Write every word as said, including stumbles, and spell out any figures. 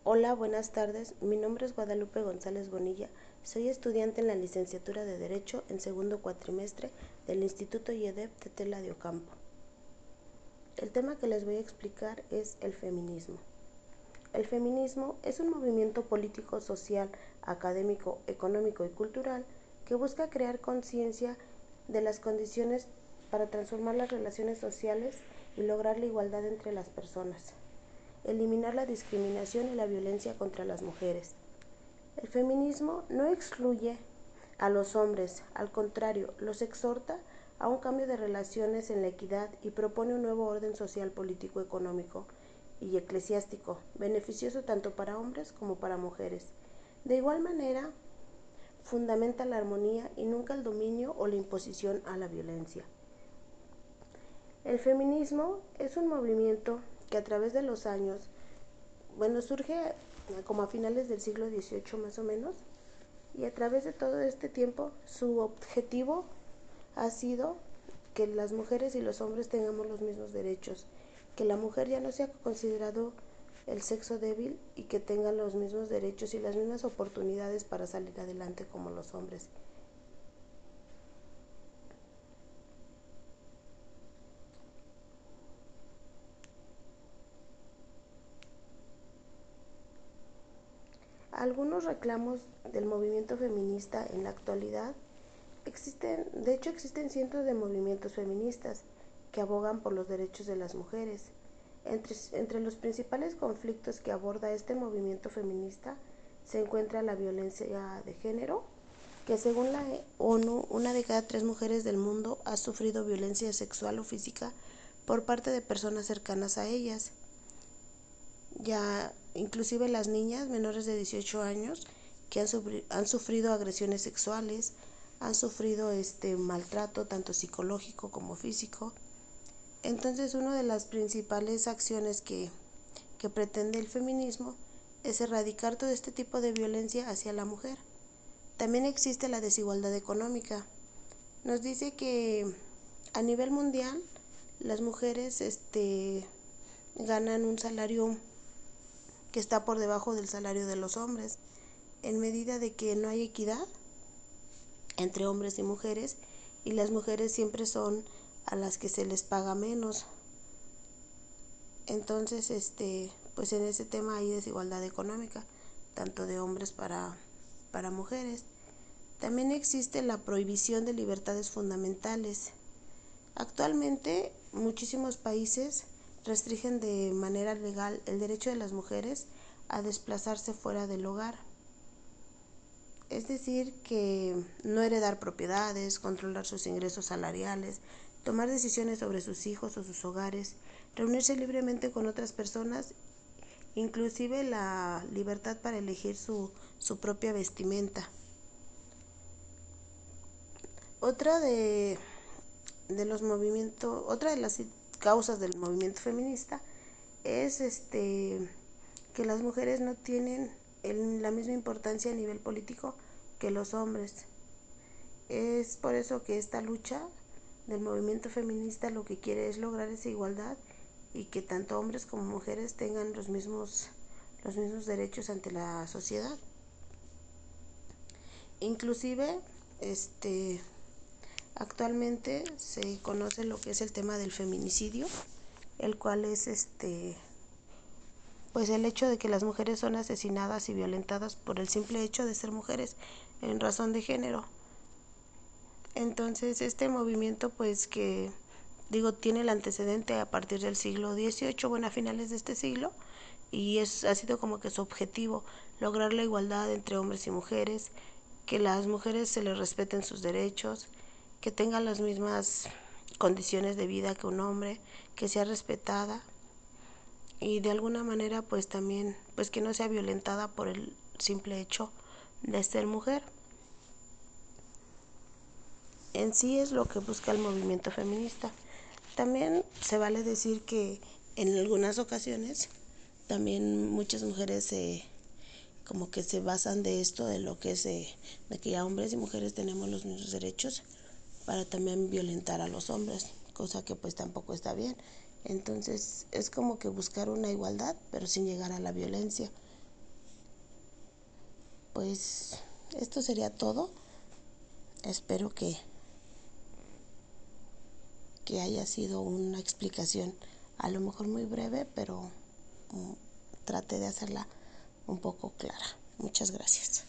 Hola, buenas tardes. Mi nombre es Guadalupe González Bonilla. Soy estudiante en la licenciatura de Derecho en segundo cuatrimestre del Instituto IEDEP de Tela de Ocampo. El tema que les voy a explicar es el feminismo. El feminismo es un movimiento político, social, académico, económico y cultural que busca crear conciencia de las condiciones para transformar las relaciones sociales y lograr la igualdad entre las personas. Eliminar la discriminación y la violencia contra las mujeres. El feminismo no excluye a los hombres, al contrario, los exhorta a un cambio de relaciones en la equidad y propone un nuevo orden social, político, económico y eclesiástico, beneficioso tanto para hombres como para mujeres. De igual manera, fundamenta la armonía y nunca el dominio o la imposición a la violencia. El feminismo es un movimiento que a través de los años, bueno, surge como a finales del siglo dieciocho más o menos, y a través de todo este tiempo su objetivo ha sido que las mujeres y los hombres tengamos los mismos derechos, que la mujer ya no sea considerado el sexo débil y que tenga los mismos derechos y las mismas oportunidades para salir adelante como los hombres. Algunos reclamos del movimiento feminista en la actualidad existen, de hecho existen cientos de movimientos feministas que abogan por los derechos de las mujeres. Entre, entre los principales conflictos que aborda este movimiento feminista se encuentra la violencia de género, que según la ONU, una de cada tres mujeres del mundo ha sufrido violencia sexual o física por parte de personas cercanas a ellas. Ya inclusive las niñas menores de dieciocho años que han, sufri han sufrido agresiones sexuales, han sufrido este maltrato tanto psicológico como físico. Entonces, una de las principales acciones que, que pretende el feminismo es erradicar todo este tipo de violencia hacia la mujer. También existe la desigualdad económica. Nos dice que a nivel mundial las mujeres este, ganan un salario que está por debajo del salario de los hombres, en medida de que no hay equidad entre hombres y mujeres, y las mujeres siempre son a las que se les paga menos. Entonces, este, pues en ese tema hay desigualdad económica, tanto de hombres para, para mujeres. También existe la prohibición de libertades fundamentales. Actualmente, muchísimos países restringen de manera legal el derecho de las mujeres a desplazarse fuera del hogar. Es decir, que no heredar propiedades, controlar sus ingresos salariales, tomar decisiones sobre sus hijos o sus hogares, reunirse libremente con otras personas, inclusive la libertad para elegir su, su propia vestimenta. Otra de, de los movimientos, otra de las causas del movimiento feminista es este que las mujeres no tienen el, la misma importancia a nivel político que los hombres. Es por eso que esta lucha del movimiento feminista lo que quiere es lograr esa igualdad y que tanto hombres como mujeres tengan los mismos, los mismos derechos ante la sociedad. Inclusive, este, actualmente se conoce lo que es el tema del feminicidio, el cual es este pues el hecho de que las mujeres son asesinadas y violentadas por el simple hecho de ser mujeres en razón de género. Entonces este movimiento pues que digo tiene el antecedente a partir del siglo dieciocho, bueno a finales de este siglo, y es, ha sido como que su objetivo lograr la igualdad entre hombres y mujeres, que las mujeres se les respeten sus derechos, que tengan las mismas condiciones de vida que un hombre, que sea respetada y de alguna manera pues también pues que no sea violentada por el simple hecho de ser mujer. En sí es lo que busca el movimiento feminista. También se vale decir que en algunas ocasiones también muchas mujeres se como que se basan de esto, de lo que es de, de que ya hombres y mujeres tenemos los mismos derechos, para también violentar a los hombres, cosa que pues tampoco está bien. Entonces es como que buscar una igualdad pero sin llegar a la violencia. pues esto sería todo. Espero que, que haya sido una explicación a lo mejor muy breve, pero um, traté de hacerla un poco clara. Muchas gracias.